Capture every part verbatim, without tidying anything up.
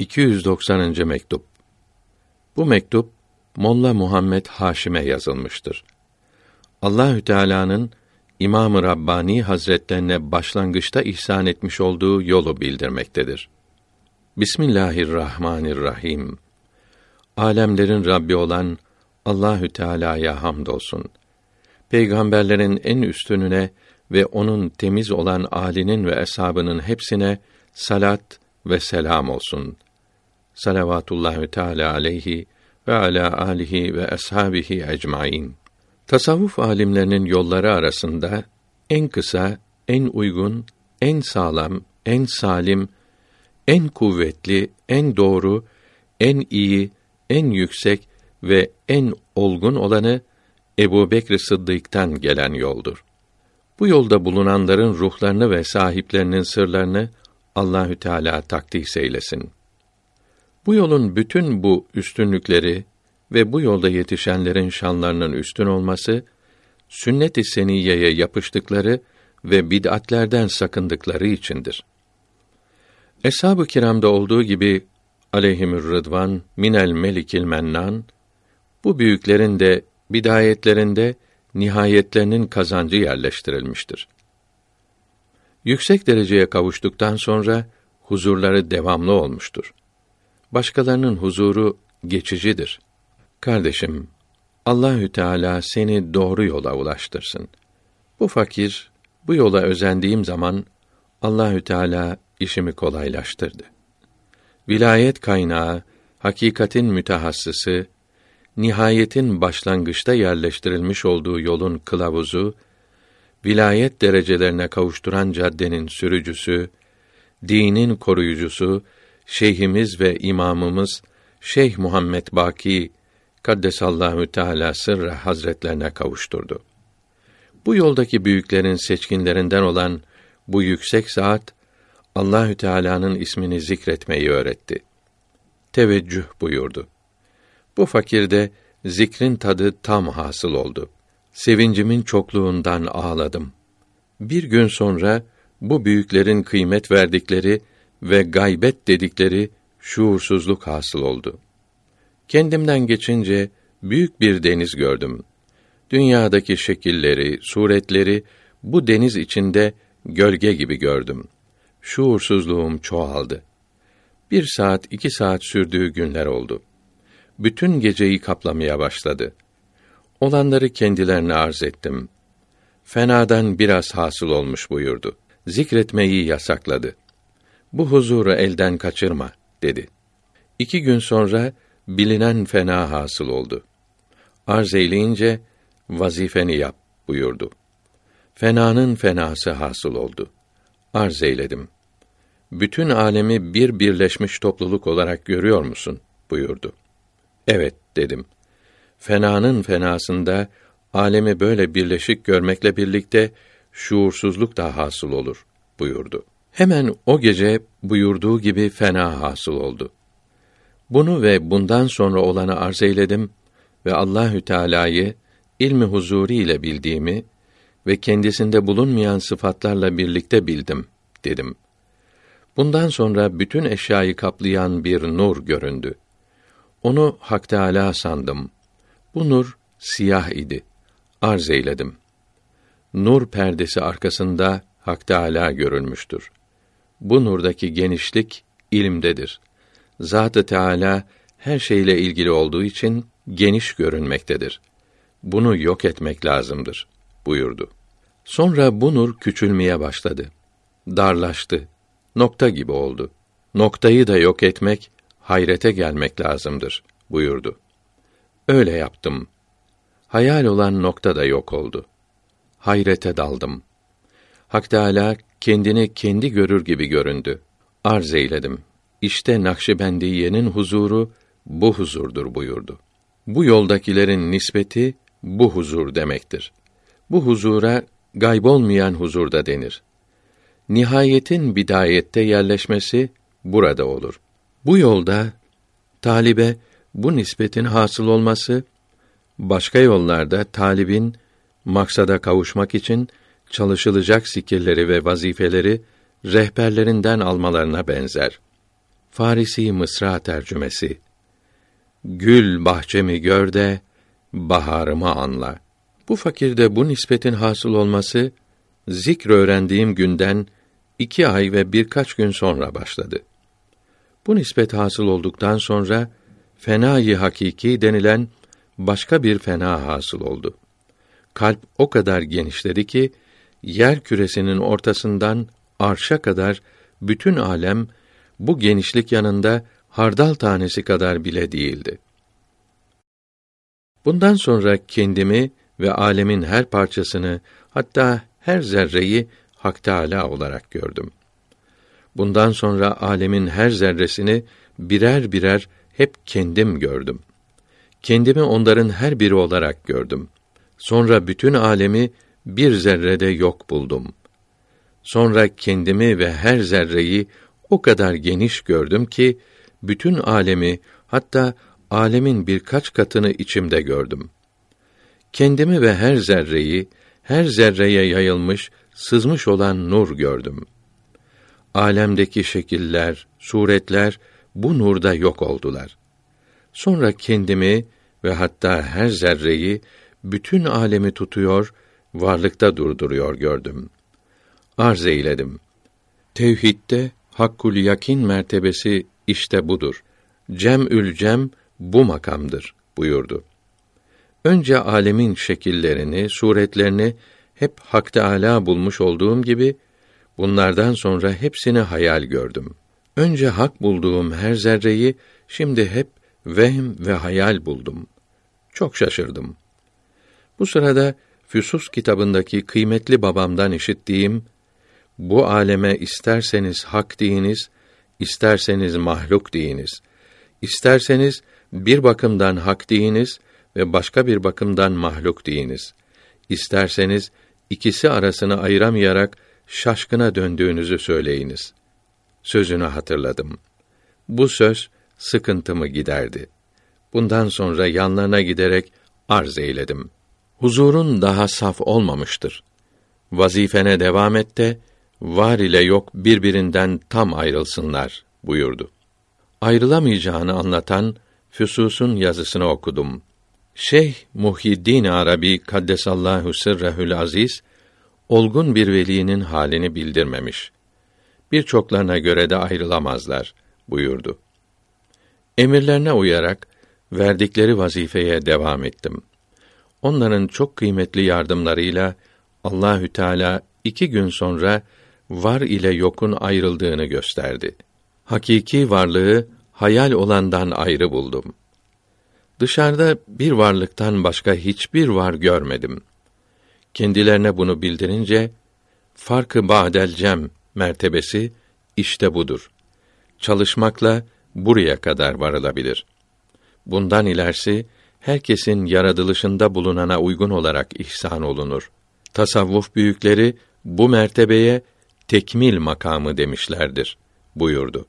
iki yüz doksanıncı mektup. Bu mektup Molla Muhammed Haşim'e yazılmıştır. Allahü Teala'nın İmam-ı Rabbani Hazretlerine başlangıçta ihsan etmiş olduğu yolu bildirmektedir. Bismillahirrahmanirrahim. Alemlerin Rabbi olan Allahü Teala'ya hamdolsun. Peygamberlerin en üstününe ve onun temiz olan âlinin ve eshabının hepsine salat ve selam olsun. Salavatullahü Teala aleyhi ve ala alihi ve ashabihi ecmaîn. Tasavvuf âlimlerinin yolları arasında en kısa, en uygun, en sağlam, en salim, en kuvvetli, en doğru, en iyi, en yüksek ve en olgun olanı Ebubekr Sıddık'tan gelen yoldur. Bu yolda bulunanların ruhlarını ve sahiplerinin sırlarını Allahü Teala takdis eylesin. Bu yolun bütün bu üstünlükleri ve bu yolda yetişenlerin şanlarının üstün olması, sünnet-i seniyyeye yapıştıkları ve bid'atlerden sakındıkları içindir. Eshab-ı kiramda olduğu gibi aleyhimür rıdvan minel melikil mennan, bu büyüklerin de bidayetlerinde nihayetlerinin kazancı yerleştirilmiştir. Yüksek dereceye kavuştuktan sonra huzurları devamlı olmuştur. Başkalarının huzuru geçicidir. Kardeşim, Allahü Teala seni doğru yola ulaştırsın. Bu fakir, bu yola özendiğim zaman Allahü Teala işimi kolaylaştırdı. Vilayet kaynağı, hakikatin mütehassısı, nihayetin başlangıçta yerleştirilmiş olduğu yolun kılavuzu, vilayet derecelerine kavuşturan caddenin sürücüsü, dinin koruyucusu, şeyhimiz ve imamımız Şeyh Muhammed Baki Kaddesallahu Teala sırrı hazretlerine kavuşturdu. Bu yoldaki büyüklerin seçkinlerinden olan bu yüksek zat Allahü Teala'nın ismini zikretmeyi öğretti. Teveccüh buyurdu. Bu fakirde zikrin tadı tam hasıl oldu. Sevincimin çokluğundan ağladım. Bir gün sonra bu büyüklerin kıymet verdikleri ve gaybet dedikleri şuursuzluk hasıl oldu. Kendimden geçince büyük bir deniz gördüm. Dünyadaki şekilleri, suretleri bu deniz içinde gölge gibi gördüm. Şuursuzluğum çoğaldı. Bir saat, iki saat sürdüğü günler oldu. Bütün geceyi kaplamaya başladı. Olanları kendilerine arz ettim. Fenadan biraz hasıl olmuş buyurdu. Zikretmeyi yasakladı. Bu huzuru elden kaçırma dedi. İki gün sonra bilinen fena hasıl oldu. Arz eyleyince vazifeni yap buyurdu. Fenanın fenası hasıl oldu. Arz eyledim. Bütün alemi bir birleşmiş topluluk olarak görüyor musun buyurdu. Evet dedim. Fenanın fenasında alemi böyle birleşik görmekle birlikte şuursuzluk da hasıl olur buyurdu. Hemen o gece buyurduğu gibi fena hasıl oldu. Bunu ve bundan sonra olanı arz eyledim ve Allahü Teala'yı ilmi huzuri ile bildiğimi ve kendisinde bulunmayan sıfatlarla birlikte bildim dedim. Bundan sonra bütün eşyayı kaplayan bir nur göründü. Onu Hak Teâlâ sandım. Bu nur siyah idi. Arz eyledim. Nur perdesi arkasında Hak Teâlâ görülmüştür. Bu nurdaki genişlik ilimdedir. Zat-ı Teâlâ her şeyle ilgili olduğu için geniş görünmektedir. Bunu yok etmek lazımdır buyurdu. Sonra bu nur küçülmeye başladı. Darlaştı. Nokta gibi oldu. Noktayı da yok etmek, hayrete gelmek lazımdır buyurdu. Öyle yaptım. Hayal olan nokta da yok oldu. Hayrete daldım. Hak Teâlâ kendini kendi görür gibi göründü. Arz eyledim. İşte Nakşibendiye'nin huzuru bu huzurdur buyurdu. Bu yoldakilerin nispeti bu huzur demektir. Bu huzura gaybolmayan huzur da denir. Nihayetin bidayette yerleşmesi burada olur. Bu yolda talibe bu nispetin hasıl olması, başka yollarda talibin maksada kavuşmak için çalışılacak zikirleri ve vazifeleri rehberlerinden almalarına benzer. Farisi Mısra tercümesi. Gül bahçemi gör de baharımı anla. Bu fakirde bu nispetin hasıl olması zikr öğrendiğim günden iki ay ve birkaç gün sonra başladı. Bu nispet hasıl olduktan sonra fenâ-i hakiki denilen başka bir fena hasıl oldu. Kalp o kadar genişledi ki yer küresinin ortasından arşa kadar bütün alem bu genişlik yanında hardal tanesi kadar bile değildi. Bundan sonra kendimi ve alemin her parçasını, hatta her zerreyi Hak Teâlâ olarak gördüm. Bundan sonra alemin her zerresini birer birer hep kendim gördüm. Kendimi onların her biri olarak gördüm. Sonra bütün alemi bir zerrede yok buldum. Sonra kendimi ve her zerreyi o kadar geniş gördüm ki bütün alemi, hatta alemin birkaç katını içimde gördüm. Kendimi ve her zerreyi, her zerreye yayılmış, sızmış olan nur gördüm. Alemdeki şekiller, suretler bu nurda yok oldular. Sonra kendimi ve hatta her zerreyi, bütün alemi tutuyor, varlıkta durduruyor gördüm. Arz eyledim. Tevhidde hakkul yakin mertebesi işte budur. Cem'ül cem bu makamdır buyurdu. Önce alemin şekillerini, suretlerini hep Hak Teâlâ bulmuş olduğum gibi bunlardan sonra hepsini hayal gördüm. Önce hak bulduğum her zerreyi şimdi hep vehm ve hayal buldum. Çok şaşırdım. Bu sırada Füsus kitabındaki kıymetli babamdan işittiğim bu aleme isterseniz hak deyiniz, isterseniz mahluk deyiniz. İsterseniz bir bakımdan hak deyiniz ve başka bir bakımdan mahluk deyiniz. İsterseniz ikisi arasını ayıramayarak şaşkına döndüğünüzü söyleyiniz. Sözünü hatırladım. Bu söz sıkıntımı giderdi. Bundan sonra yanlarına giderek arz eyledim. Huzurun daha saf olmamıştır. Vazifene devam et de var ile yok birbirinden tam ayrılsınlar buyurdu. Ayrılamayacağını anlatan Füsus'un yazısını okudum. Şeyh Muhyiddin Arabi Kaddesallahu sırrehül aziz olgun bir velinin halini bildirmemiş. Birçoklarına göre de ayrılamazlar buyurdu. Emirlerine uyarak verdikleri vazifeye devam ettim. Onların çok kıymetli yardımlarıyla Allahü Teala iki gün sonra var ile yokun ayrıldığını gösterdi. Hakiki varlığı hayal olandan ayrı buldum. Dışarıda bir varlıktan başka hiçbir var görmedim. Kendilerine bunu bildirince fark-ı ba'del cem mertebesi işte budur. Çalışmakla buraya kadar varılabilir. Bundan ilerisi herkesin yaratılışında bulunana uygun olarak ihsan olunur. Tasavvuf büyükleri bu mertebeye tekmil makamı demişlerdir buyurdu.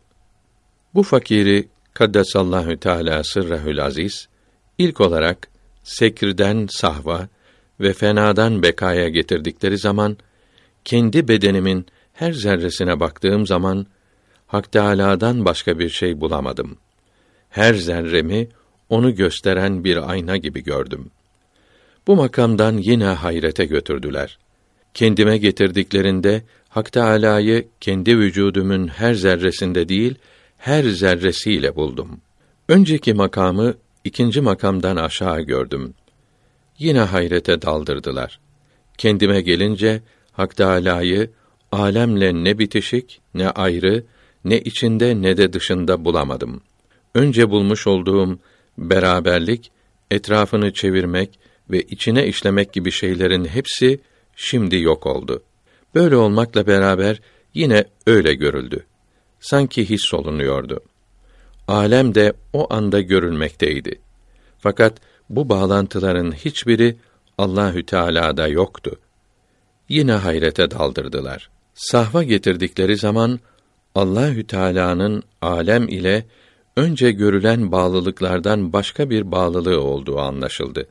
Bu fakiri Kaddesallahu Teâlâ sırrehül aziz ilk olarak sekirden sahva ve fenadan bekaya getirdikleri zaman kendi bedenimin her zerresine baktığım zaman Hak Teâlâ'dan başka bir şey bulamadım. Her zerremi onu gösteren bir ayna gibi gördüm. Bu makamdan yine hayrete götürdüler. Kendime getirdiklerinde Hak Teâlâ'yı kendi vücudumun her zerresinde değil, her zerresiyle buldum. Önceki makamı ikinci makamdan aşağı gördüm. Yine hayrete daldırdılar. Kendime gelince Hak Teâlâ'yı âlemle ne bitişik, ne ayrı, ne içinde ne de dışında bulamadım. Önce bulmuş olduğum beraberlik, etrafını çevirmek ve içine işlemek gibi şeylerin hepsi şimdi yok oldu. Böyle olmakla beraber yine öyle görüldü. Sanki hissolunuyordu. Alem de o anda görülmekteydi. Fakat bu bağlantıların hiçbiri Allahü Teâlâ'da yoktu. Yine hayrete daldırdılar. Sahva getirdikleri zaman Allahü Teâlâ'nın alem ile önce görülen bağlılıklardan başka bir bağlılığı olduğu anlaşıldı.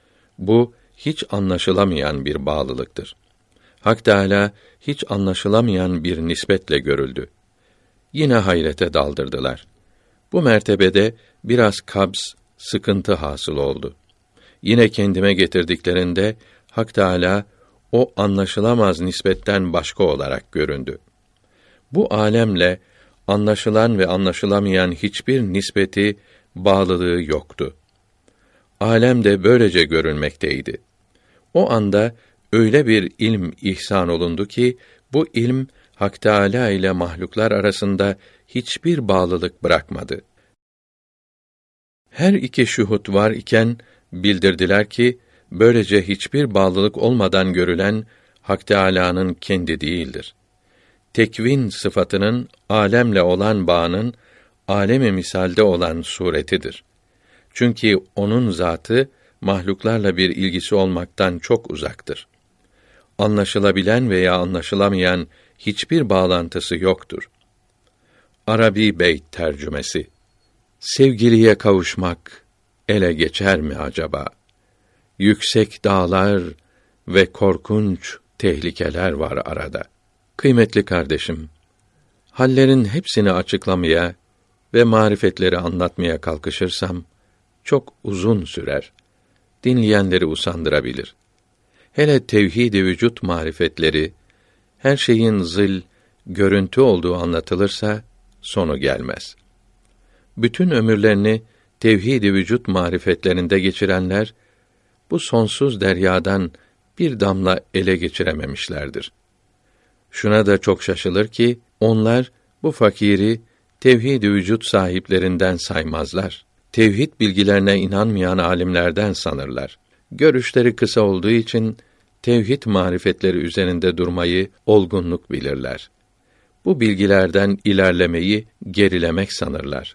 Bu hiç anlaşılamayan bir bağlılıktır. Hak Teâlâ hiç anlaşılamayan bir nispetle görüldü. yine hayrete daldırdılar. Bu mertebede biraz kabz, sıkıntı hasıl oldu. Yine kendime getirdiklerinde Hak Teâlâ o anlaşılamaz nispetten başka olarak göründü. Bu âlemle anlaşılan ve anlaşılamayan hiçbir nispeti, bağlılığı yoktu. Âlem de böylece görünmekteydi. O anda öyle bir ilm ihsan olundu ki bu ilm Hak Teâlâ ile mahluklar arasında hiçbir bağlılık bırakmadı. Her iki şuhut var iken bildirdiler ki böylece hiçbir bağlılık olmadan görülen Hak Teâlâ'nın kendi değildir. Tekvin sıfatının âlemle olan bağının âlem-i misalde olan suretidir. Çünkü onun zatı mahluklarla bir ilgisi olmaktan çok uzaktır. Anlaşılabilen veya anlaşılamayan hiçbir bağlantısı yoktur. Arabi Beyt tercümesi. Sevgiliye kavuşmak ele geçer mi acaba? Yüksek dağlar ve korkunç tehlikeler var arada. Kıymetli kardeşim, hallerin hepsini açıklamaya ve marifetleri anlatmaya kalkışırsam çok uzun sürer. Dinleyenleri usandırabilir. Hele tevhid-i vücut marifetleri, her şeyin zil, görüntü olduğu anlatılırsa sonu gelmez. Bütün ömürlerini tevhid-i vücut marifetlerinde geçirenler bu sonsuz deryadan bir damla ele geçirememişlerdir. Şuna da çok şaşılır ki onlar bu fakiri tevhid-i vücut sahiplerinden saymazlar. Tevhid bilgilerine inanmayan alimlerden sanırlar. Görüşleri kısa olduğu için tevhid marifetleri üzerinde durmayı olgunluk bilirler. Bu bilgilerden ilerlemeyi gerilemek sanırlar.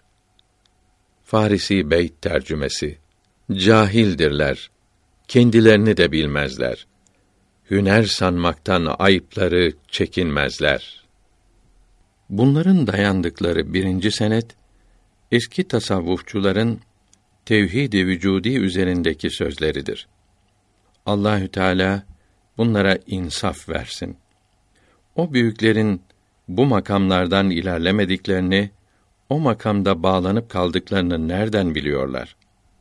Farisi Beyt tercümesi. Cahildirler. Kendilerini de bilmezler. Hüner sanmaktan ayıpları çekinmezler. Bunların dayandıkları birinci senet, eski tasavvufçuların tevhid-i vücudi üzerindeki sözleridir. Allahü Teala bunlara insaf versin. O büyüklerin bu makamlardan ilerlemediklerini, o makamda bağlanıp kaldıklarını nereden biliyorlar?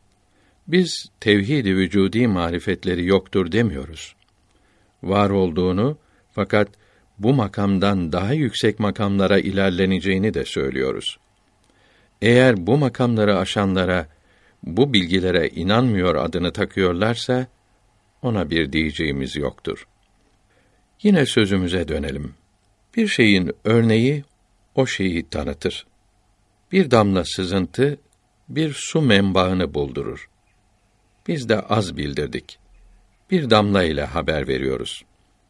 Biz tevhid-i vücudi marifetleri yoktur demiyoruz. Var olduğunu fakat bu makamdan daha yüksek makamlara ilerleneceğini de söylüyoruz. Eğer bu makamları aşanlara, bu bilgilere inanmıyor adını takıyorlarsa, ona bir diyeceğimiz yoktur. Yine sözümüze dönelim. Bir şeyin örneği, o şeyi tanıtır. Bir damla sızıntı, bir su menbaını buldurur. Biz de az bildirdik. Bir damla ile haber veriyoruz.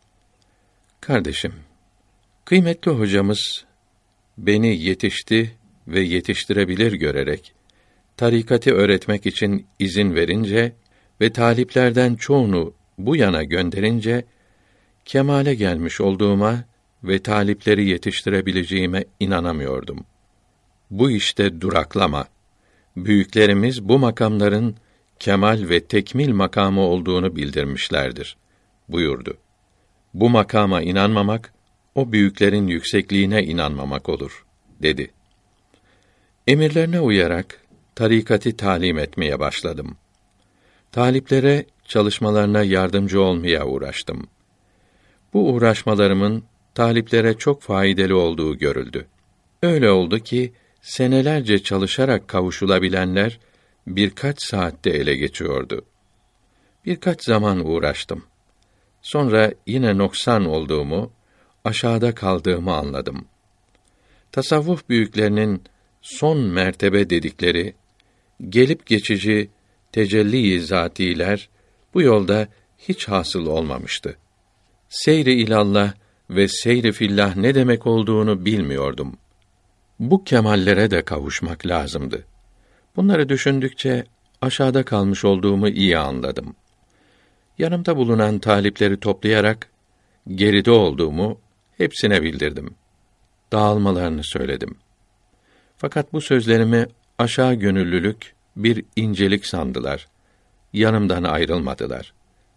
Kardeşim, kıymetli hocamız, beni yetişti ve yetiştirebilir görerek, tarikatı öğretmek için izin verince ve taliplerden çoğunu bu yana gönderince, kemale gelmiş olduğuma ve talipleri yetiştirebileceğime inanamıyordum. Bu işte duraklama. Büyüklerimiz bu makamların kemal ve tekmil makamı olduğunu bildirmişlerdir, buyurdu. Bu makama inanmamak, o büyüklerin yüksekliğine inanmamak olur, dedi. Emirlerine uyarak, tarikatı talim etmeye başladım. Taliplere, çalışmalarına yardımcı olmaya uğraştım. Bu uğraşmalarımın, taliplere çok faydalı olduğu görüldü. Öyle oldu ki, senelerce çalışarak kavuşulabilenler, birkaç saatte ele geçiyordu. Birkaç zaman uğraştım. Sonra yine noksan olduğumu, aşağıda kaldığımı anladım. Tasavvuf büyüklerinin son mertebe dedikleri, gelip geçici tecelli-i zâtiler, bu yolda hiç hasıl olmamıştı. Seyr-i ilallah ve seyr-i fillah ne demek olduğunu bilmiyordum. Bu kemallere de kavuşmak lazımdı. Bunları düşündükçe aşağıda kalmış olduğumu iyi anladım. Yanımda bulunan talipleri toplayarak geride olduğumu hepsine bildirdim. Dağılmalarını söyledim. Fakat bu sözlerimi aşağı gönüllülük, bir incelik sandılar. Yanımdan ayrılmadılar.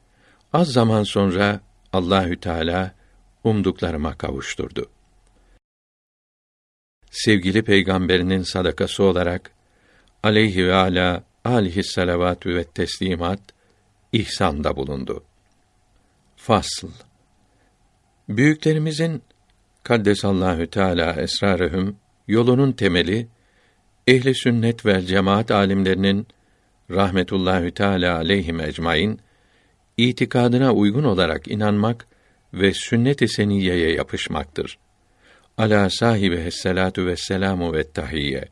Az zaman sonra Allahü Teala umduklarıma kavuşturdu. sevgili peygamberinin sadakası olarak aleyhi ve ala alihi salavatü ve teslimat ihsanda bulundu. Fasl. Büyüklerimizin kaddesallahu teala esrarühüm yolunun temeli ehli sünnet vel cemaat alimlerinin rahmetullahi teala aleyhim ecmaîn itikadına uygun olarak inanmak ve sünnet-i seniyyeye yapışmaktır. Ala sahibi salatu vesselamu ve tahiyye.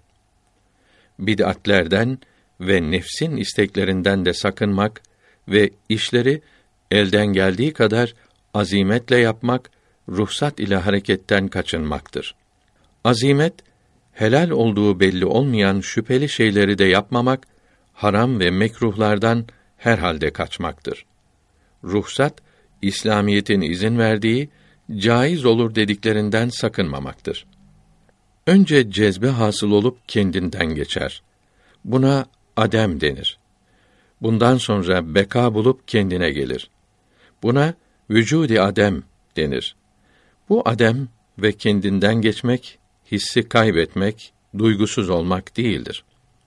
Bid'atlerden ve nefsin isteklerinden de sakınmak ve işleri elden geldiği kadar azimetle yapmak, ruhsat ile hareketten kaçınmaktır. Azimet, helal olduğu belli olmayan şüpheli şeyleri de yapmamak, haram ve mekruhlardan herhalde kaçmaktır. Ruhsat, İslamiyetin izin verdiği, caiz olur dediklerinden sakınmamaktır. Önce cezbe hasıl olup kendinden geçer. Buna adem denir. Bundan sonra beka bulup kendine gelir. Buna vücudi adem denir. Bu adem ve kendinden geçmek, hissi kaybetmek, duygusuz olmak değildir.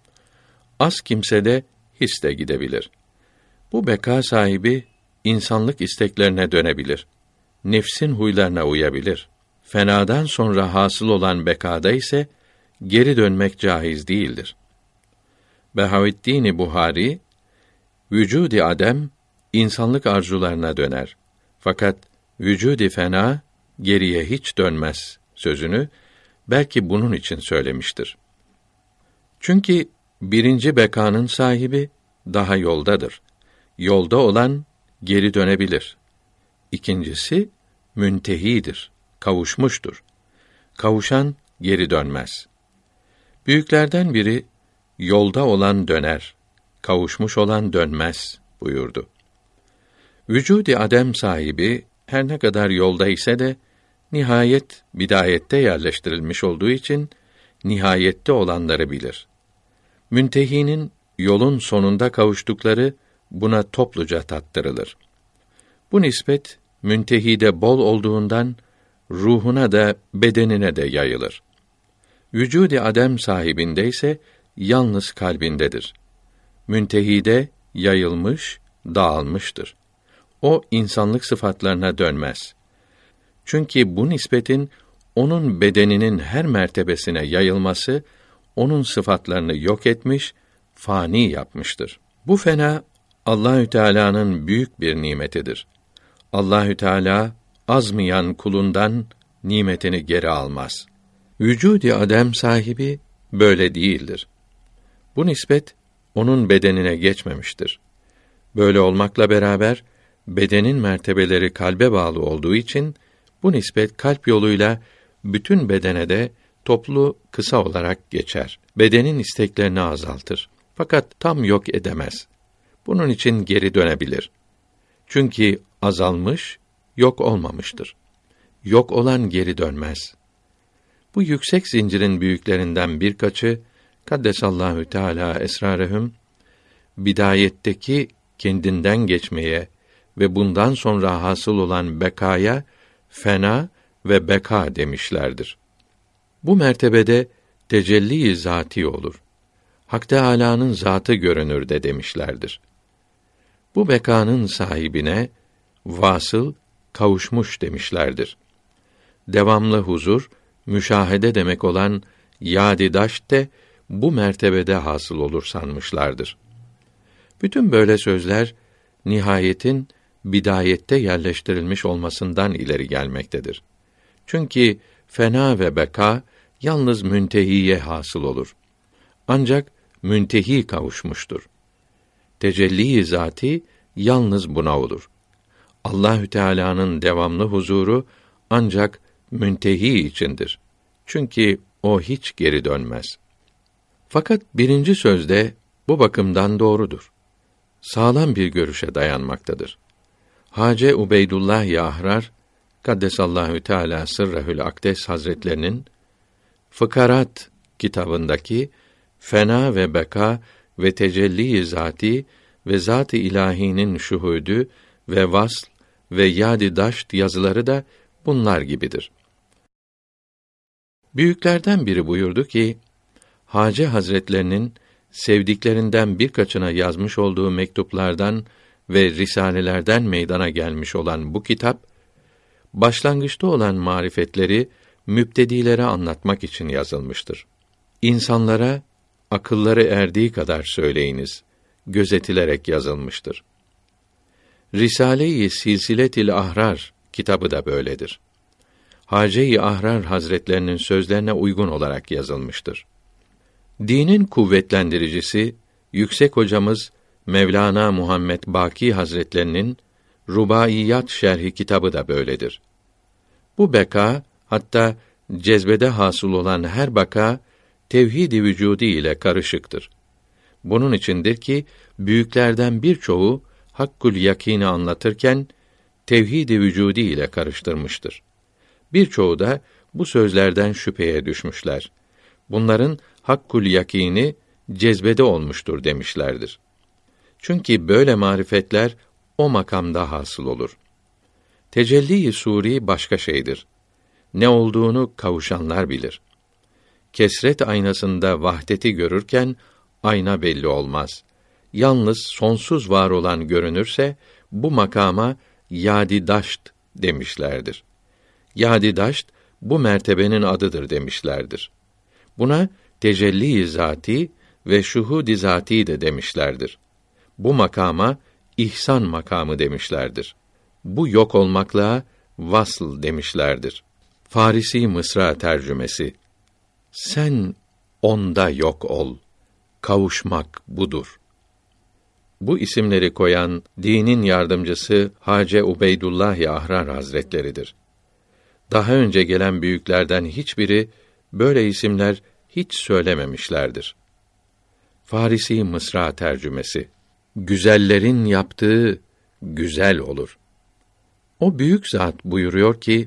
Az kimsede his de gidebilir. Bu beka sahibi insanlık isteklerine dönebilir. Nefsin huylarına uyabilir. Fenadan sonra hasıl olan bekada ise geri dönmek caiz değildir. Behaveddin Buhari, vücudi adem insanlık arzularına döner. Fakat vücudi fena geriye hiç dönmez sözünü belki bunun için söylemiştir. Çünkü birinci bekanın sahibi daha yoldadır. Yolda olan geri dönebilir. İkincisi müntehidir, kavuşmuştur. Kavuşan geri dönmez. Büyüklerden biri yolda olan döner, kavuşmuş olan dönmez buyurdu. Vücudi adem sahibi her ne kadar yolda ise de nihayet bidayette yerleştirilmiş olduğu için nihayette olanları bilir. Müntehinin yolun sonunda kavuştukları buna topluca tattırılır. Bu nispet müntehide bol olduğundan ruhuna da bedenine de yayılır. Vücudi adem sahibinde ise yalnız kalbindedir. Müntehide yayılmış, dağılmıştır. O insanlık sıfatlarına dönmez. Çünkü bu nispetin onun bedeninin her mertebesine yayılması onun sıfatlarını yok etmiş, fani yapmıştır. Bu fena Allahü Teala'nın büyük bir nimetidir. Allahü Teala azmayan kulundan nimetini geri almaz. Vücudi adem sahibi böyle değildir. Bu nispet onun bedenine geçmemiştir. Böyle olmakla beraber bedenin mertebeleri kalbe bağlı olduğu için bu nispet kalp yoluyla bütün bedene de toplu kısa olarak geçer. Bedenin isteklerini azaltır. Fakat tam yok edemez. Bunun için geri dönebilir. Çünkü azalmış, yok olmamıştır. Yok olan geri dönmez. Bu yüksek zincirin büyüklerinden birkaçı kaddesallahu teala esrarehum bidayetteki kendinden geçmeye ve bundan sonra hasıl olan bekaya fena ve beka demişlerdir. Bu mertebede tecelli-i zati olur. Hak Teâlâ'nın zatı görünür de demişlerdir. Bu bekanın sahibine vasıl, kavuşmuş demişlerdir. Devamlı huzur, müşahede demek olan yadidaş de bu mertebede hasıl olur sanmışlardır. Bütün böyle sözler nihayetin bidayette yerleştirilmiş olmasından ileri gelmektedir. Çünkü fena ve beka yalnız müntehiye hasıl olur. Ancak müntehi kavuşmuştur. Tecelli-i zati yalnız buna olur. Allahü Teala'nın devamlı huzuru ancak müntehi içindir. Çünkü o hiç geri dönmez. Fakat birinci sözde bu bakımdan doğrudur. Sağlam bir görüşe dayanmaktadır. Hace Ubeydullah Yahrar kaddesallahu teala sırrehül akdes Hazretlerinin Fıkarat kitabındaki fena ve beka ve tecelli-i zati ve zat-ı ilahinin şuhudu ve vasl ve yad-ı daşt yazıları da bunlar gibidir. Büyüklerden biri buyurdu ki, Hacı Hazretlerinin sevdiklerinden birkaçına yazmış olduğu mektuplardan ve risalelerden meydana gelmiş olan bu kitap, başlangıçta olan marifetleri müptedilere anlatmak için yazılmıştır. İnsanlara akılları erdiği kadar söyleyiniz, gözetilerek yazılmıştır. Risale-i Silsiletil Ahrar kitabı da böyledir. Hâce-i Ahrar Hazretlerinin sözlerine uygun olarak yazılmıştır. Dinin kuvvetlendiricisi, yüksek hocamız Mevlana Muhammed Baki Hazretlerinin Rubaiyat Şerhi kitabı da böyledir. Bu beka, hatta cezbede hasıl olan her baka, tevhid-i vücudi ile karışıktır. Bunun içindir ki, büyüklerden birçoğu, hakkul yakîni anlatırken, tevhid-i vücudi ile karıştırmıştır. Birçoğu da bu sözlerden şüpheye düşmüşler. Bunların hakkul yakîni cezbede olmuştur demişlerdir. Çünkü böyle marifetler o makamda hasıl olur. Tecelli-i suri başka şeydir. Ne olduğunu kavuşanlar bilir. Kesret aynasında vahdeti görürken ayna belli olmaz. Yalnız sonsuz var olan görünürse bu makama yâdi-daşt demişlerdir. Yâdi-daşt bu mertebenin adıdır demişlerdir. Buna tecelli-i zâti ve şuhud-i zâti de demişlerdir. Bu makama ihsan makamı demişlerdir. Bu yok olmakla vasl demişlerdir. Farisi Mısra tercümesi. Sen onda yok ol. Kavuşmak budur. Bu isimleri koyan dinin yardımcısı Hâce Ubeydullah Ahrar Hazretleridir. Daha önce gelen büyüklerden hiçbiri böyle isimler hiç söylememişlerdir. Farisi Mısra tercümesi. Güzellerin yaptığı güzel olur. O büyük zat buyuruyor ki,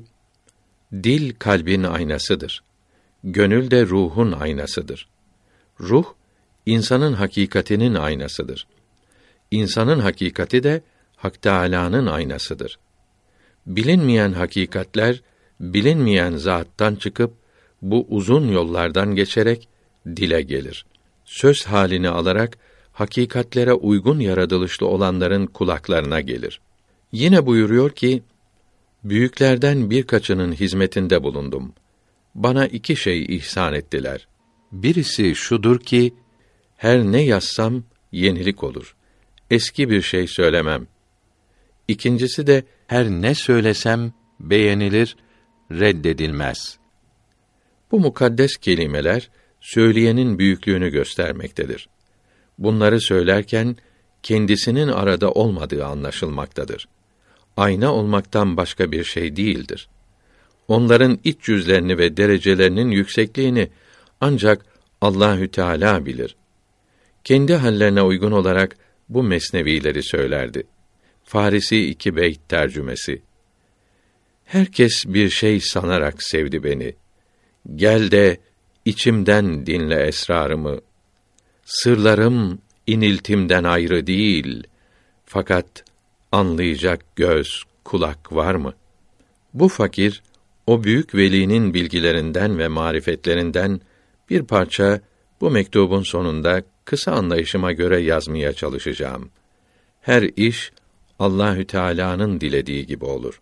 dil kalbin aynasıdır. Gönül de ruhun aynasıdır. Ruh, insanın hakikatinin aynasıdır. İnsanın hakikati de Hak Teâlâ'nın aynasıdır. Bilinmeyen hakikatler, bilinmeyen zattan çıkıp, bu uzun yollardan geçerek dile gelir. Söz halini alarak, hakikatlere uygun yaratılışlı olanların kulaklarına gelir. Yine buyuruyor ki, büyüklerden birkaçının hizmetinde bulundum. Bana iki şey ihsan ettiler. Birisi şudur ki, her ne yazsam yenilik olur. Eski bir şey söylemem. İkincisi de her ne söylesem beğenilir, reddedilmez. Bu mukaddes kelimeler söyleyenin büyüklüğünü göstermektedir. Bunları söylerken kendisinin arada olmadığı anlaşılmaktadır. Ayna olmaktan başka bir şey değildir. Onların iç yüzlerini ve derecelerinin yüksekliğini ancak Allahü Teala bilir. Kendi hallerine uygun olarak bu mesnevileri söylerdi. Farisi iki beyt tercümesi. Herkes bir şey sanarak sevdi beni. Gel de içimden dinle esrarımı. Sırlarım iniltimden ayrı değil. Fakat anlayacak göz, kulak var mı? Bu fakir, o büyük velinin bilgilerinden ve marifetlerinden bir parça bu mektubun sonunda kısa anlayışıma göre yazmaya çalışacağım. Her iş Allahü Teala'nın dilediği gibi olur.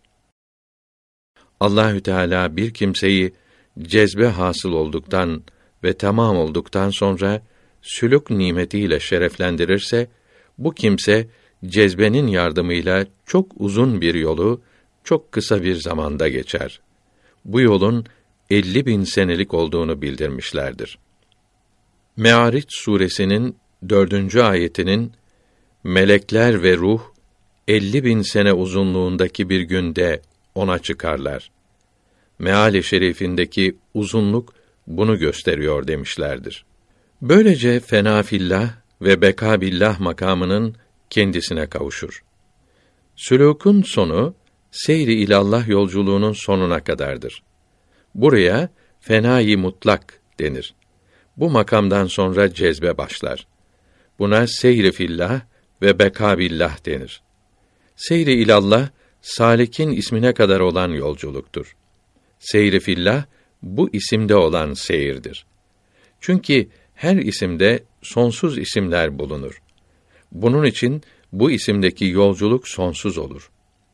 Allahü Teala bir kimseyi cezbe hasıl olduktan ve tamam olduktan sonra sülûk nimetiyle şereflendirirse, bu kimse cezbenin yardımıyla çok uzun bir yolu çok kısa bir zamanda geçer. Bu yolun elli bin senelik olduğunu bildirmişlerdir. Me'ariç suresinin dördüncü ayetinin melekler ve ruh elli bin sene uzunluğundaki bir günde ona çıkarlar. Meali şerifindeki uzunluk bunu gösteriyor demişlerdir. Böylece fena fillah ve beka billah makamının kendisine kavuşur. Sülûk'un sonu seyri ilallah yolculuğunun sonuna kadardır. Buraya fenâ-i mutlak denir. Bu makamdan sonra cezbe başlar. Buna seyri fillah ve beka billah denir. Seyri ilallah salikin ismine kadar olan yolculuktur. Seyri fillah bu isimde olan seyirdir. Çünkü her isimde sonsuz isimler bulunur. Bunun için bu isimdeki yolculuk sonsuz olur.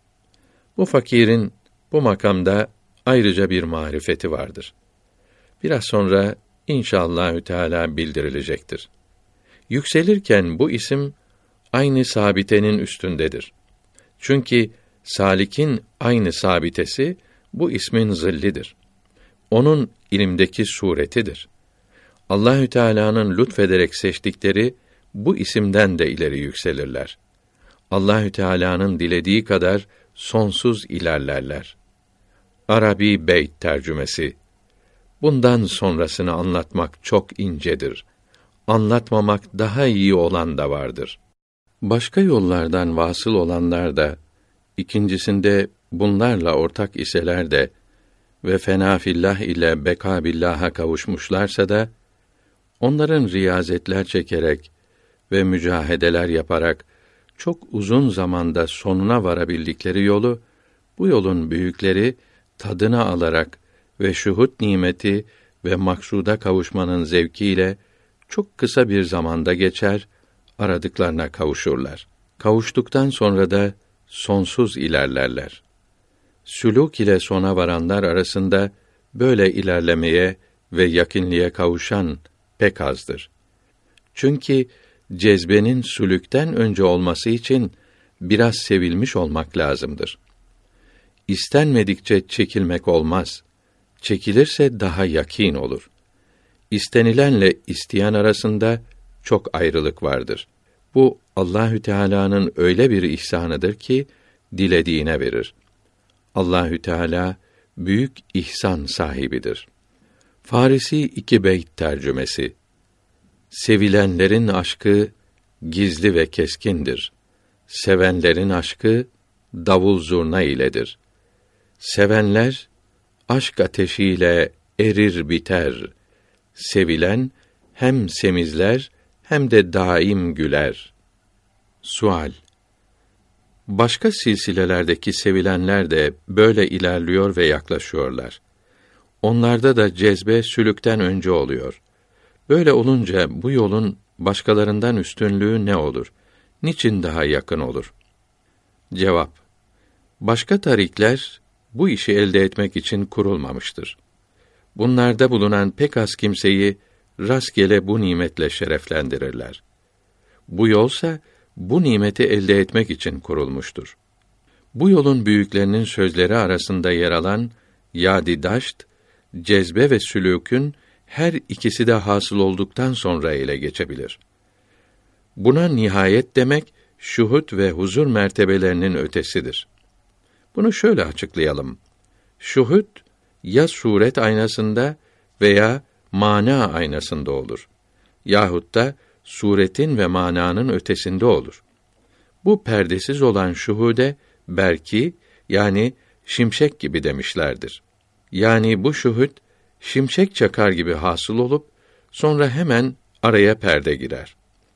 Bu fakirin bu makamda ayrıca bir marifeti vardır. Biraz sonra inşallahü teâlâ bildirilecektir. Yükselirken bu isim aynı sabitenin üstündedir. Çünkü salikin aynı sabitesi bu ismin zillidir. Onun ilimdeki suretidir. Allahü Teala'nın lütfederek seçtikleri bu isimden de ileri yükselirler. Allahü Teala'nın dilediği kadar sonsuz ilerlerler. Arabi Beyt tercümesi. Bundan sonrasını anlatmak çok incedir. Anlatmamak daha iyi olan da vardır. Başka yollardan vasıl olanlar da, ikincisinde bunlarla ortak iseler de ve fena fillah ile beka billaha kavuşmuşlarsa da, onların riyazetler çekerek ve mücahedeler yaparak çok uzun zamanda sonuna varabildikleri yolu, bu yolun büyükleri tadına alarak ve şuhud nimeti ve maksuda kavuşmanın zevkiyle çok kısa bir zamanda geçer, aradıklarına kavuşurlar. Kavuştuktan sonra da sonsuz ilerlerler. Sülûk ile sona varanlar arasında böyle ilerlemeye ve yakînliğe kavuşan pek azdır. Çünkü cezbenin sülükten önce olması için biraz sevilmiş olmak lazımdır. İstenmedikçe çekilmek olmaz. Çekilirse daha yakîn olur. İstenilenle isteyen arasında çok ayrılık vardır. Bu Allahü Teala'nın öyle bir ihsanıdır ki dilediğine verir. Allahü Teala büyük ihsan sahibidir. Farisi iki beyt tercümesi. Sevilenlerin aşkı gizli ve keskindir. Sevenlerin aşkı davul zurna iledir. Sevenler aşk ateşiyle erir biter. Sevilen hem semizler hem de daim güler. Sual: Başka silsilelerdeki sevilenler de böyle ilerliyor ve yaklaşıyorlar. Onlarda da cezbe sülükten önce oluyor. Böyle olunca bu yolun başkalarından üstünlüğü ne olur? Niçin daha yakın olur? Cevap: Başka tarikler bu işi elde etmek için kurulmamıştır. Bunlarda bulunan pek az kimseyi rastgele bu nimetle şereflendirirler. Bu yolsa bu nimeti elde etmek için kurulmuştur. Bu yolun büyüklerinin sözleri arasında yer alan yâd-i daşt, cezbe ve sülûkün her ikisi de hasıl olduktan sonra ele geçebilir. Buna nihayet demek, şuhud ve huzur mertebelerinin ötesidir. Bunu şöyle açıklayalım. Şuhud, ya suret aynasında veya mana aynasında olur. Yahut da suretin ve mananın ötesinde olur. Bu perdesiz olan şuhude, berki, yani şimşek gibi demişlerdir. Yani bu şuhud, şimşek çakar gibi hasıl olup, sonra hemen araya perde girer.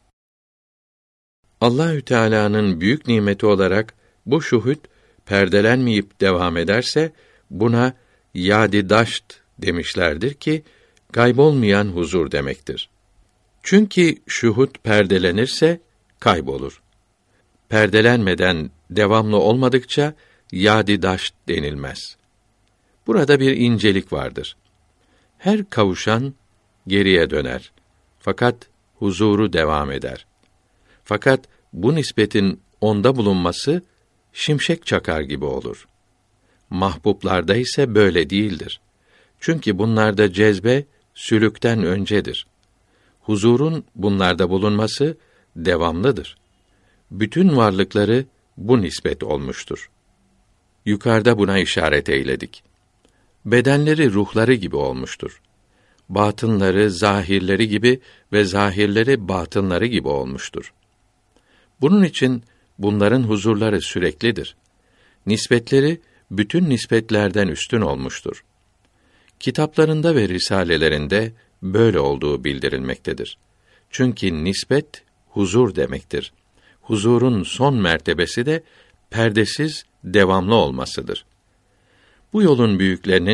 Allahü Teala'nın büyük nimeti olarak bu şuhud perdelenmeyip devam ederse buna yâd-i daşt demişlerdir ki kaybolmayan huzur demektir. Çünkü şuhud perdelenirse kaybolur. Perdelenmeden devamlı olmadıkça yâd-i daşt denilmez. Burada bir incelik vardır. Her kavuşan geriye döner. Fakat huzuru devam eder. Fakat bu nispetin onda bulunması şimşek çakar gibi olur. Mahbublarda ise böyle değildir. Çünkü bunlarda cezbe sülükten öncedir. Huzurun bunlarda bulunması devamlıdır. Bütün varlıkları bu nispet olmuştur. Yukarıda buna işaret eyledik. Bedenleri ruhları gibi olmuştur. Batınları zahirleri gibi ve zahirleri batınları gibi olmuştur. Bunun için bunların huzurları süreklidir. Nispetleri bütün nispetlerden üstün olmuştur. Kitaplarında ve risalelerinde böyle olduğu bildirilmektedir. Çünkü nispet huzur demektir. Huzurun son mertebesi de perdesiz, devamlı olmasıdır. Bu yolun büyüklerinin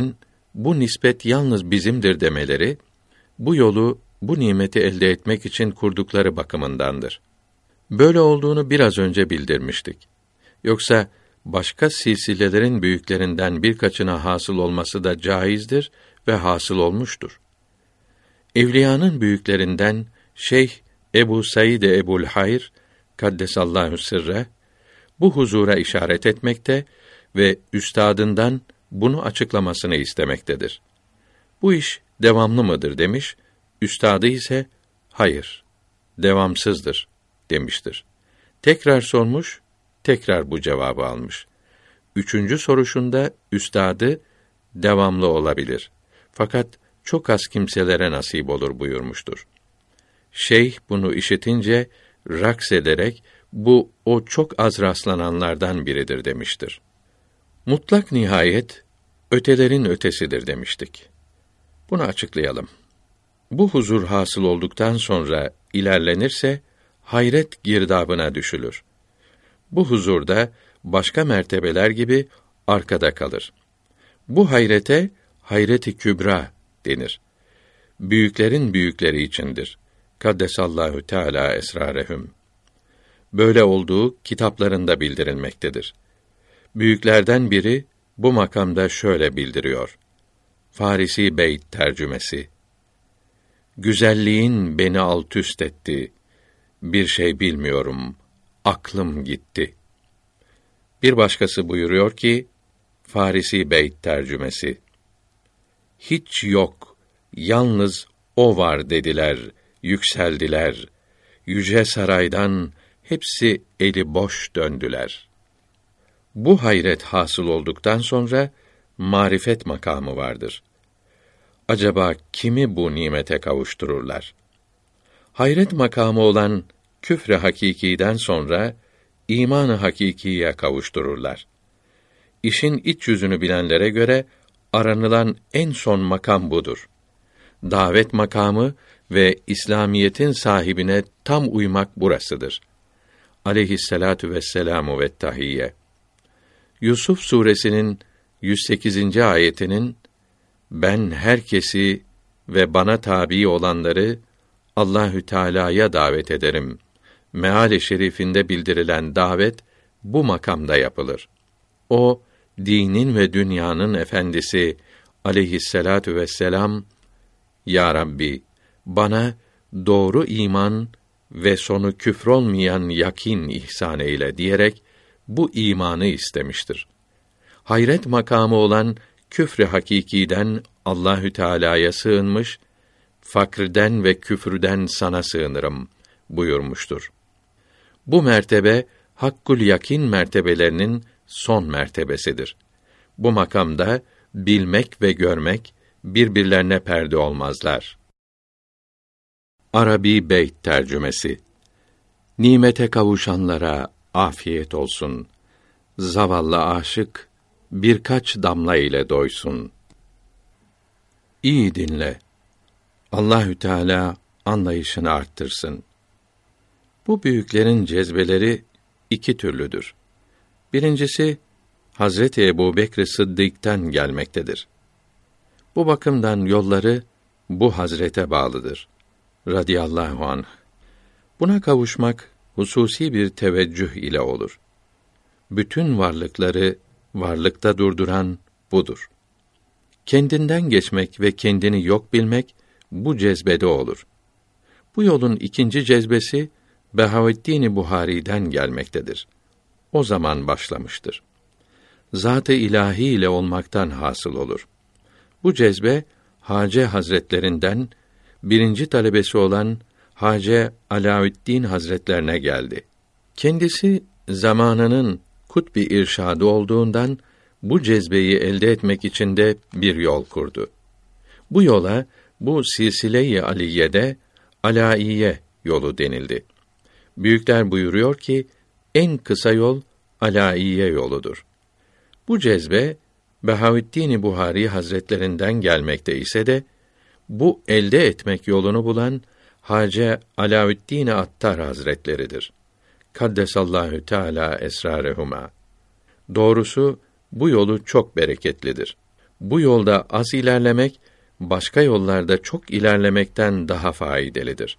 bu nispet yalnız bizimdir demeleri, bu yolu, bu nimeti elde etmek için kurdukları bakımındandır. Böyle olduğunu biraz önce bildirmiştik. Yoksa başka silsilelerin büyüklerinden birkaçına hasıl olması da caizdir ve hasıl olmuştur. Evliyanın büyüklerinden Şeyh Ebu Said Ebu'l Hayr kaddesallahu sırre bu huzura işaret etmekte ve üstadından bunu açıklamasını istemektedir. Bu iş devamlı mıdır demiş, üstadı ise hayır, devamsızdır demiştir. Tekrar sormuş, tekrar bu cevabı almış. Üçüncü soruşunda üstadı devamlı olabilir. Fakat çok az kimselere nasip olur buyurmuştur. Şeyh bunu işitince raks ederek bu o çok az rastlananlardan biridir demiştir. Mutlak nihayet ötelerin ötesidir demiştik. Bunu açıklayalım. Bu huzur hasıl olduktan sonra ilerlenirse hayret girdabına düşülür. Bu huzurda başka mertebeler gibi arkada kalır. Bu hayrete hayret-i kübra denir. Büyüklerin büyükleri içindir. Kaddesallahu Teala esrarehum. Böyle olduğu kitaplarında bildirilmektedir. Büyüklerden biri bu makamda şöyle bildiriyor. Farisi Beyt tercümesi. Güzelliğin beni altüst etti. Bir şey bilmiyorum. Aklım gitti. Bir başkası buyuruyor ki, Farisi Beyt tercümesi. Hiç yok, yalnız o var dediler, yükseldiler. Yüce saraydan hepsi eli boş döndüler. Bu hayret hasıl olduktan sonra marifet makamı vardır. Acaba kimi bu nimete kavuştururlar? Hayret makamı olan küfr-i hakikiden sonra iman-ı hakikiye kavuştururlar. İşin iç yüzünü bilenlere göre aranılan en son makam budur. Davet makamı ve İslamiyetin sahibine tam uymak burasıdır. Aleyhisselatu vesselamu ve tahiyye. Yusuf suresinin yüz sekizinci ayetinin ben herkesi ve bana tabi olanları Allahü Teala'ya davet ederim. Meal-i şerifinde bildirilen davet bu makamda yapılır. O dinin ve dünyanın efendisi aleyhisselatu vesselam, Ya Rabbi, bana doğru iman ve sonu küfrolmayan yakin ihsan eyle diyerek bu imanı istemiştir. Hayret makamı olan küfr-i hakikiden Allahü Teala'ya sığınmış, fakrden ve küfrden sana sığınırım buyurmuştur. Bu mertebe hakkul yakin mertebelerinin son mertebesidir. Bu makamda bilmek ve görmek birbirlerine perde olmazlar. Arabi Beyt tercümesi. Nimete kavuşanlara afiyet olsun. Zavallı aşık birkaç damla ile doysun. İyi dinle. Allahü Teala anlayışını arttırsın. Bu büyüklerin cezbeleri iki türlüdür. Birincisi Hazreti Ebubekr Sıddık'tan gelmektedir. Bu bakımdan yolları bu hazrete bağlıdır. Radiyallahu anh. Buna kavuşmak hususi bir teveccüh ile olur. Bütün varlıkları varlıkta durduran budur. Kendinden geçmek ve kendini yok bilmek bu cezbede olur. Bu yolun ikinci cezbesi Behaveddin Buhari'den gelmektedir. O zaman başlamıştır. Zat-ı ilahi ile olmaktan hasıl olur. Bu cezbe Hace Hazretlerinden birinci talebesi olan Hace Alaüddin Hazretlerine geldi. Kendisi zamanının kutb-i irşadı olduğundan bu cezbeyi elde etmek için de bir yol kurdu. Bu yola bu silsile-i aliyede alaiye yolu denildi. Büyükler buyuruyor ki en kısa yol alaiye yoludur. Bu cezbe Behaveddin Buhari Hazretlerinden gelmekte ise de bu elde etmek yolunu bulan Hace Alaüddin Attar Hazretleridir. Kaddesallahu Teala esrarehuma. Doğrusu bu yolu çok bereketlidir. bu yolda az ilerlemek, başka yollarda çok ilerlemekten daha faydalıdır.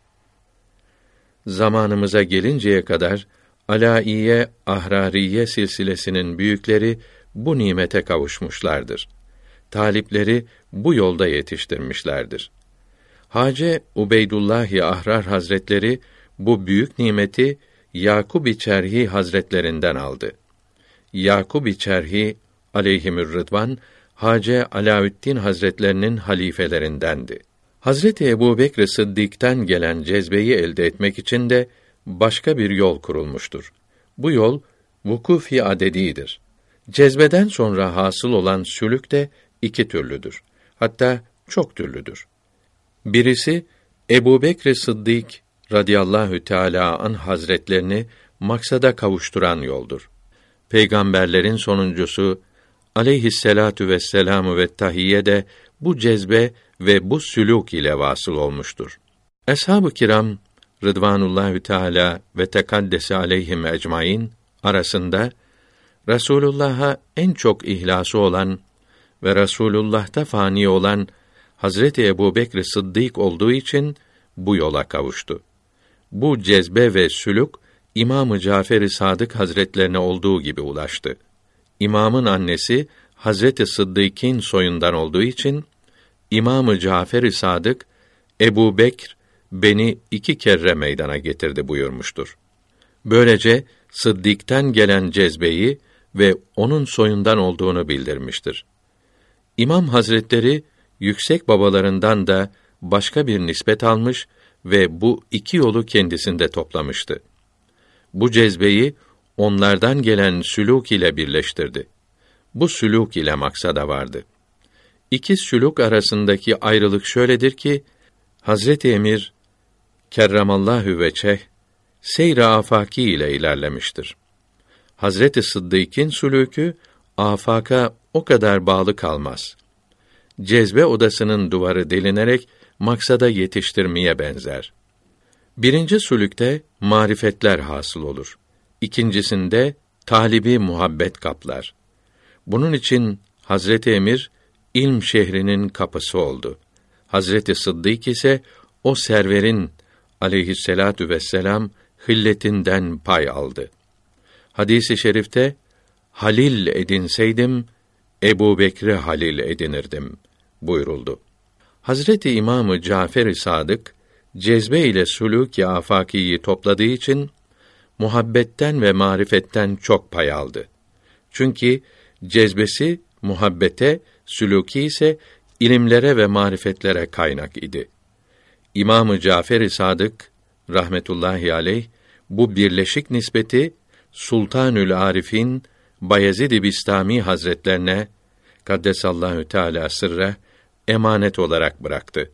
Zamanımıza gelinceye kadar, Alaiye, Ahrariye silsilesinin büyükleri bu nimete kavuşmuşlardır. Talipleri bu yolda yetiştirmişlerdir. Hacı Ubeydullah Ahrar Hazretleri bu büyük nimeti Yakub-i Çerhi Hazretlerinden aldı. Yakub-i Çerhi aleyhimür rıdvan Hacı Alaüddin Hazretlerinin halifelerindendi. Hazreti Ebubekr Sıddık'tan gelen cezbeyi elde etmek için de başka bir yol kurulmuştur. Bu yol vukufi adedidir. Cezbeden sonra hasıl olan sülük de iki türlüdür. Hatta çok türlüdür. Birisi Ebubekr Sıddık radıyallahu teâlâ anh hazretlerini maksada kavuşturan yoldur. Peygamberlerin sonuncusu aleyhisselatu vesselamu ve tahiyye de bu cezbe ve bu sülûk ile vasıl olmuştur. Eshab-ı kiram Rıdvanullahü Teâlâ ve tekaddese aleyhim ecmaîn arasında Resulullah'a en çok ihlası olan ve Resulullah'ta fani olan Hazreti Ebubekr Sıddık olduğu için bu yola kavuştu. Bu cezbe ve sülûk İmam-ı Cafer-i Sadık Hazretlerine olduğu gibi ulaştı. İmamın annesi Hazreti Sıddık'ın soyundan olduğu için İmam-ı Cafer-i Sadık Ebu Bekr beni iki kere meydana getirdi buyurmuştur. Böylece Sıddık'tan gelen cezbeyi ve onun soyundan olduğunu bildirmiştir. İmam Hazretleri yüksek babalarından da başka bir nispet almış ve bu iki yolu kendisinde toplamıştı. Bu cezbeyi onlardan gelen sülûk ile birleştirdi. Bu sülûk ile maksada vardı. İki sülûk arasındaki ayrılık şöyledir ki, Hazreti Emir kerramallahu veçeh seyr-i afaki ile ilerlemiştir. Hazreti Sıddık'ın sülûkü afaka o kadar bağlı kalmaz. Cezbe odasının duvarı delinerek maksada yetiştirmeye benzer. Birinci sülükte marifetler hasıl olur. İkincisinde talibi muhabbet kaplar. Bunun için Hazreti Emir ilm şehrinin kapısı oldu. Hazreti Sıddık ise o serverin aleyhisselatu vesselam hilletinden pay aldı. Hadis-i şerifte halil edinseydim Ebu Bekri halil edinirdim buyuruldu. Hazreti İmam-ı Cafer-i Sadık cezbe ile sülûk-i afakiyi topladığı için muhabbetten ve marifetten çok pay aldı. Çünkü cezbesi muhabbete, sülûki ise ilimlere ve marifetlere kaynak idi. İmam-ı Cafer-i Sadık rahmetullahi aleyh bu birleşik nispeti Sultanül Arifin Bayezid-i Bistami Hazretlerine kaddesallahu teâlâ sırra emanet olarak bıraktı.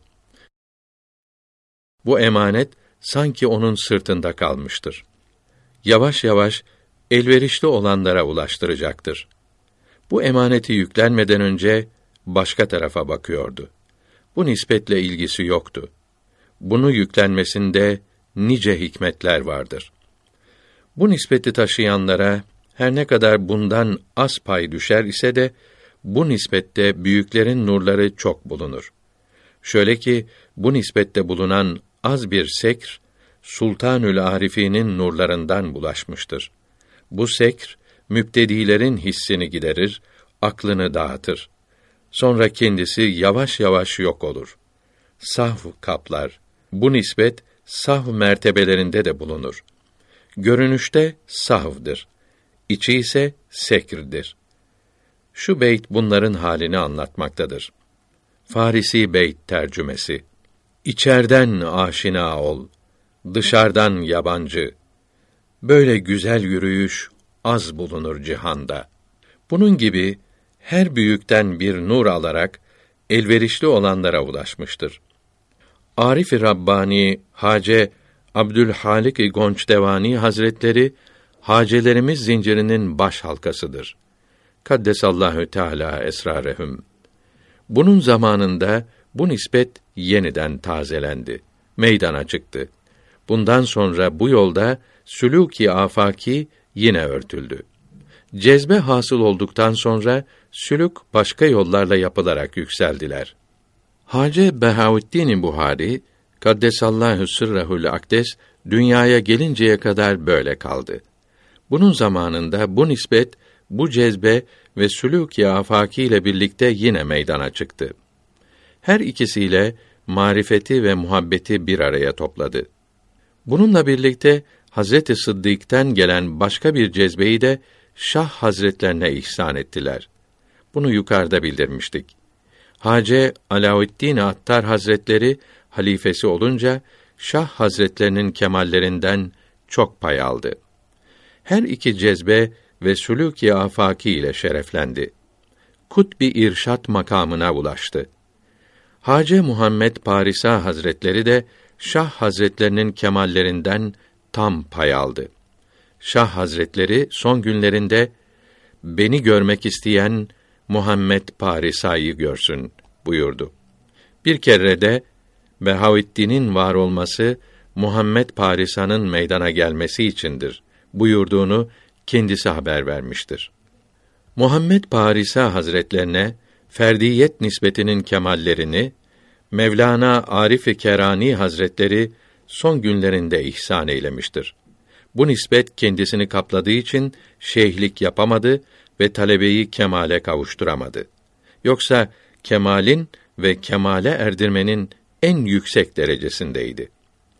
Bu emanet sanki onun sırtında kalmıştır. Yavaş yavaş elverişli olanlara ulaştıracaktır. Bu emaneti yüklenmeden önce başka tarafa bakıyordu. Bu nispetle ilgisi yoktu. Bunu yüklenmesinde nice hikmetler vardır. Bu nispeti taşıyanlara her ne kadar bundan az pay düşer ise de bu nispette büyüklerin nurları çok bulunur. Şöyle ki bu nispette bulunan az bir sekr Sultanül Arifî'nin nurlarından bulaşmıştır. Bu sekr müptedilerin hissini giderir, aklını dağıtır. Sonra kendisi yavaş yavaş yok olur. Sahv kaplar. Bu nispet sahv mertebelerinde de bulunur. Görünüşte sahvdır. İçi ise sekrdir. Şu beyt bunların halini anlatmaktadır. Farisi beyt tercümesi. İçerden aşina ol, dışarıdan yabancı. Böyle güzel yürüyüş az bulunur cihanda. Bunun gibi her büyükten bir nur alarak elverişli olanlara ulaşmıştır. Arif-i Rabbani Hace Abdülhalik Gonçdevani Hazretleri hacelerimiz zincirinin baş halkasıdır. Kaddesallahu Teala esrarehum. Bunun zamanında bu nispet yeniden tazelendi, meydana çıktı. Bundan sonra bu yolda sülûk-i afaki yine örtüldü. Cezbe hasıl olduktan sonra sülük başka yollarla yapılarak yükseldiler. Hacı Behaüddin Buhari Kaddesallahu sırrehul akdes dünyaya gelinceye kadar böyle kaldı. Bunun zamanında bu nispet, bu cezbe ve sülûk-i afaki ile birlikte yine meydana çıktı. Her ikisiyle marifeti ve muhabbeti bir araya topladı. Bununla birlikte Hazreti Sıddık'tan gelen başka bir cezbeyi de Şah Hazretlerine ihsan ettiler. Bunu yukarıda bildirmiştik. Hacı Alaüddin Attar Hazretleri halifesi olunca Şah Hazretlerinin kemallerinden çok pay aldı. Her iki cezbe ve sülûk-i afaki ile şereflendi. Kutb-i irşad makamına ulaştı. Hacı Muhammed Parisa Hazretleri de Şah Hazretlerinin kemallerinden tam pay aldı. Şah Hazretleri son günlerinde beni görmek isteyen Muhammed Parisa'yı görsün buyurdu. Bir kere de Behaüddin'in var olması Muhammed Parisa'nın meydana gelmesi içindir buyurduğunu kendisi haber vermiştir. Muhammed Parisa Hazretlerine ferdiyet nispetinin kemallerini Mevlana Arif-i Kerani Hazretleri son günlerinde ihsan eylemiştir. Bu nispet kendisini kapladığı için şeyhlik yapamadı ve talebeyi kemale kavuşturamadı. Yoksa kemalin ve kemale erdirmenin en yüksek derecesindeydi.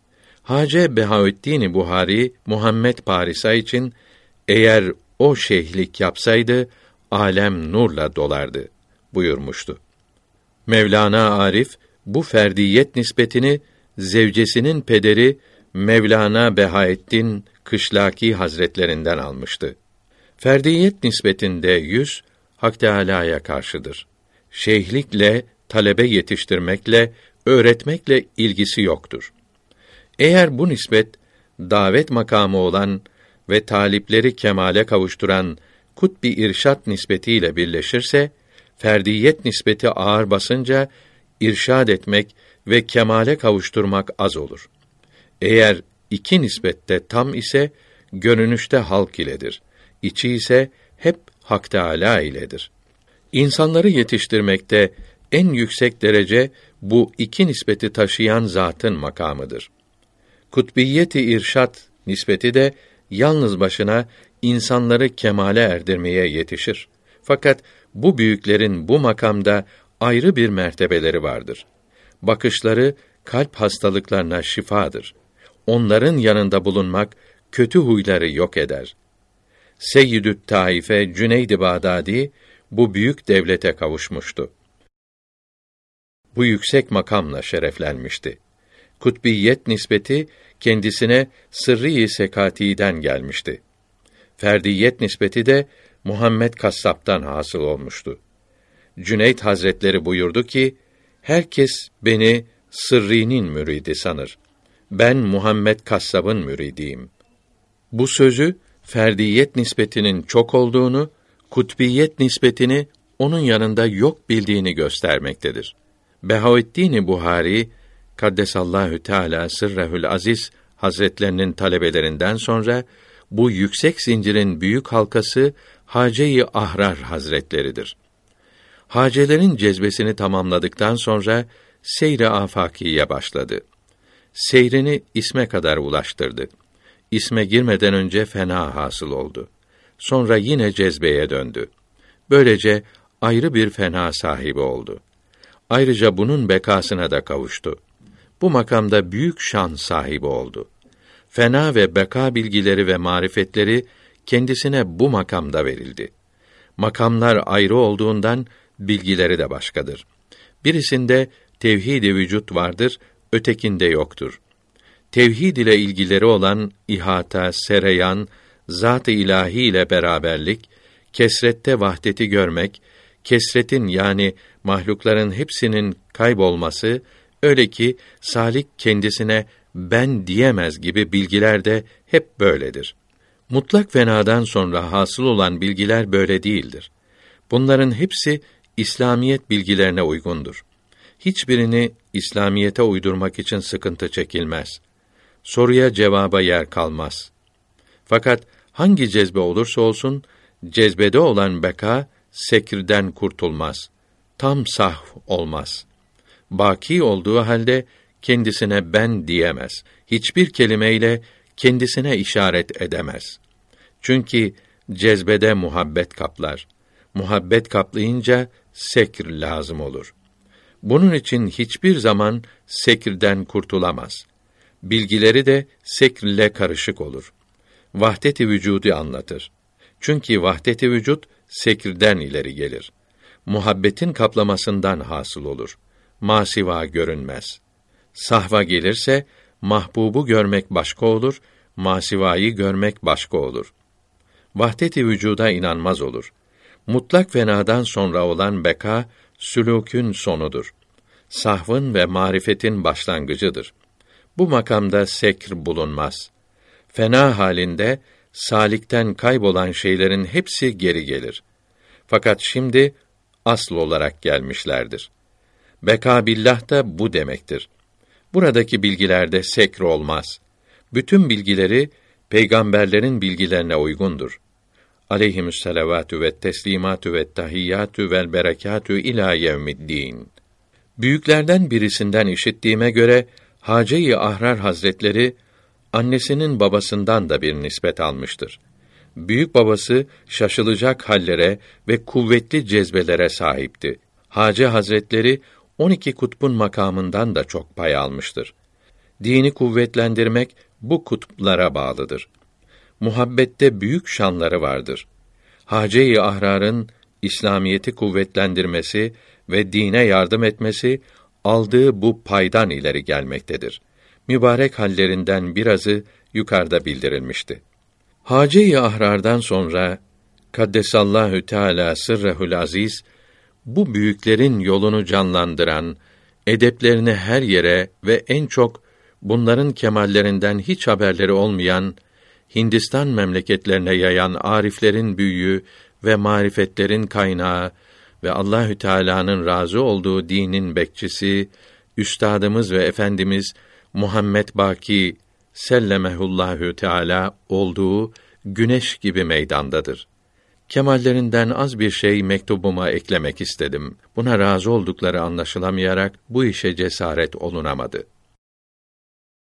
Hacı Behaüddin Buhari Muhammed Parisa için eğer o şeyhlik yapsaydı alem nurla dolardı buyurmuştu. Mevlana Arif bu ferdiyet nispetini zevcesinin pederi Mevlana Behaettin Kışlaki Hazretlerinden almıştı. Ferdiyet nispetinde yüz Hak Teâlâ'ya karşıdır. Şeyhlikle, talebe yetiştirmekle, öğretmekle ilgisi yoktur. Eğer bu nispet davet makamı olan ve talipleri kemale kavuşturan kutb-i irşad nispetiyle birleşirse, ferdiyet nispeti ağır basınca irşad etmek ve kemale kavuşturmak az olur. Eğer iki nispette tam ise görünüşte halk iledir. İçi ise hep Hak Teâlâ iledir. İnsanları yetiştirmekte en yüksek derece bu iki nispeti taşıyan zatın makamıdır. Kutbiyet-i irşad nispeti de yalnız başına insanları kemale erdirmeye yetişir. Fakat bu büyüklerin bu makamda ayrı bir mertebeleri vardır. Bakışları kalp hastalıklarına şifadır. Onların yanında bulunmak kötü huyları yok eder. Seyyidü't Taife Cüneyd-i Bağdadi bu büyük devlete kavuşmuştu. Bu yüksek makamla şereflenmişti. Kutbiyet nispeti kendisine sırrı-i sekâtî'den gelmişti. Ferdiyet nispeti de Muhammed Kassap'tan hasıl olmuştu. Cüneyd Hazretleri buyurdu ki, herkes beni sırrî'nin müridi sanır. Ben Muhammed Kassab'ın müridiyim. Bu sözü ferdiyet nispetinin çok olduğunu, kutbiyet nispetini onun yanında yok bildiğini göstermektedir. Behaüddin Buhari Kaddesallahu Teala sırrehül aziz Hazretlerinin talebelerinden sonra bu yüksek zincirin büyük halkası Hace-i Ahrar Hazretleridir. Hacelerin cezbesini tamamladıktan sonra seyr-i afakiye başladı. Seyrini isme kadar ulaştırdı. İsme girmeden önce fena hasıl oldu. Sonra yine cezbeye döndü. Böylece ayrı bir fena sahibi oldu. Ayrıca bunun bekasına da kavuştu. Bu makamda büyük şan sahibi oldu. Fena ve beka bilgileri ve marifetleri kendisine bu makamda verildi. Makamlar ayrı olduğundan bilgileri de başkadır. Birisinde tevhid-i vücut vardır, ötekinde yoktur. Tevhid ile ilgileri olan ihata, sereyan, zat-ı ilahi ile beraberlik, kesrette vahdeti görmek, kesretin yani mahlukların hepsinin kaybolması, öyle ki salik kendisine ben diyemez gibi bilgiler de hep böyledir. Mutlak fenadan sonra hasıl olan bilgiler böyle değildir. Bunların hepsi İslamiyet bilgilerine uygundur. Hiçbirini İslamiyete uydurmak için sıkıntı çekilmez. Soruya cevaba yer kalmaz. Fakat hangi cezbe olursa olsun cezbede olan beka, sekirden kurtulmaz. Tam sahv olmaz. Baki olduğu halde, kendisine ben diyemez. Hiçbir kelimeyle kendisine işaret edemez. Çünkü cezbede muhabbet kaplar. Muhabbet kaplayınca sekr lazım olur. Bunun için hiçbir zaman sekirden kurtulamaz. Bilgileri de sekrle karışık olur. Vahdet-i vücudu anlatır. Çünkü vahdet-i vücut sekirden ileri gelir. Muhabbetin kaplamasından hasıl olur. Masiva görünmez. Sahva gelirse mahbubu görmek başka olur, masivayı görmek başka olur. Vahdet-i vücuda inanmaz olur. Mutlak fenadan sonra olan beka, sülûkün sonudur. Sahvın ve marifetin başlangıcıdır. Bu makamda sekr bulunmaz. Fena halinde, salikten kaybolan şeylerin hepsi geri gelir. Fakat şimdi, asıl olarak gelmişlerdir. Beka billah da bu demektir. Buradaki bilgilerde sekr olmaz. Bütün bilgileri, peygamberlerin bilgilerine uygundur. Aleyhimüsselavatü ve teslimatü ve tahiyyatü vel berekatü ilâ yevmiddin. Büyüklerden birisinden işittiğime göre, Hace-i Ahrar Hazretleri, annesinin babasından da bir nispet almıştır. Büyük babası, şaşılacak hallere ve kuvvetli cezbelere sahipti. Hace Hazretleri, on iki kutbun makamından da çok pay almıştır. Dini kuvvetlendirmek, bu kutuplara bağlıdır. Muhabbette büyük şanları vardır. Hace-i Ahrar'ın İslamiyeti kuvvetlendirmesi ve dine yardım etmesi aldığı bu paydan ileri gelmektedir. Mübarek hallerinden birazı yukarıda bildirilmişti. Hace-i Ahrar'dan sonra Kaddesallahu Teala sırrehul aziz, bu büyüklerin yolunu canlandıran, edeplerini her yere ve en çok bunların kemallerinden hiç haberleri olmayan Hindistan memleketlerine yayan ariflerin büyüğü ve marifetlerin kaynağı ve Allahü Teala'nın razı olduğu dinin bekçisi, üstadımız ve efendimiz Muhammed Baki sellemehullahü Teala olduğu güneş gibi meydandadır. Kemallerinden az bir şey mektubuma eklemek istedim. Buna razı oldukları anlaşılamayarak bu işe cesaret olunamadı.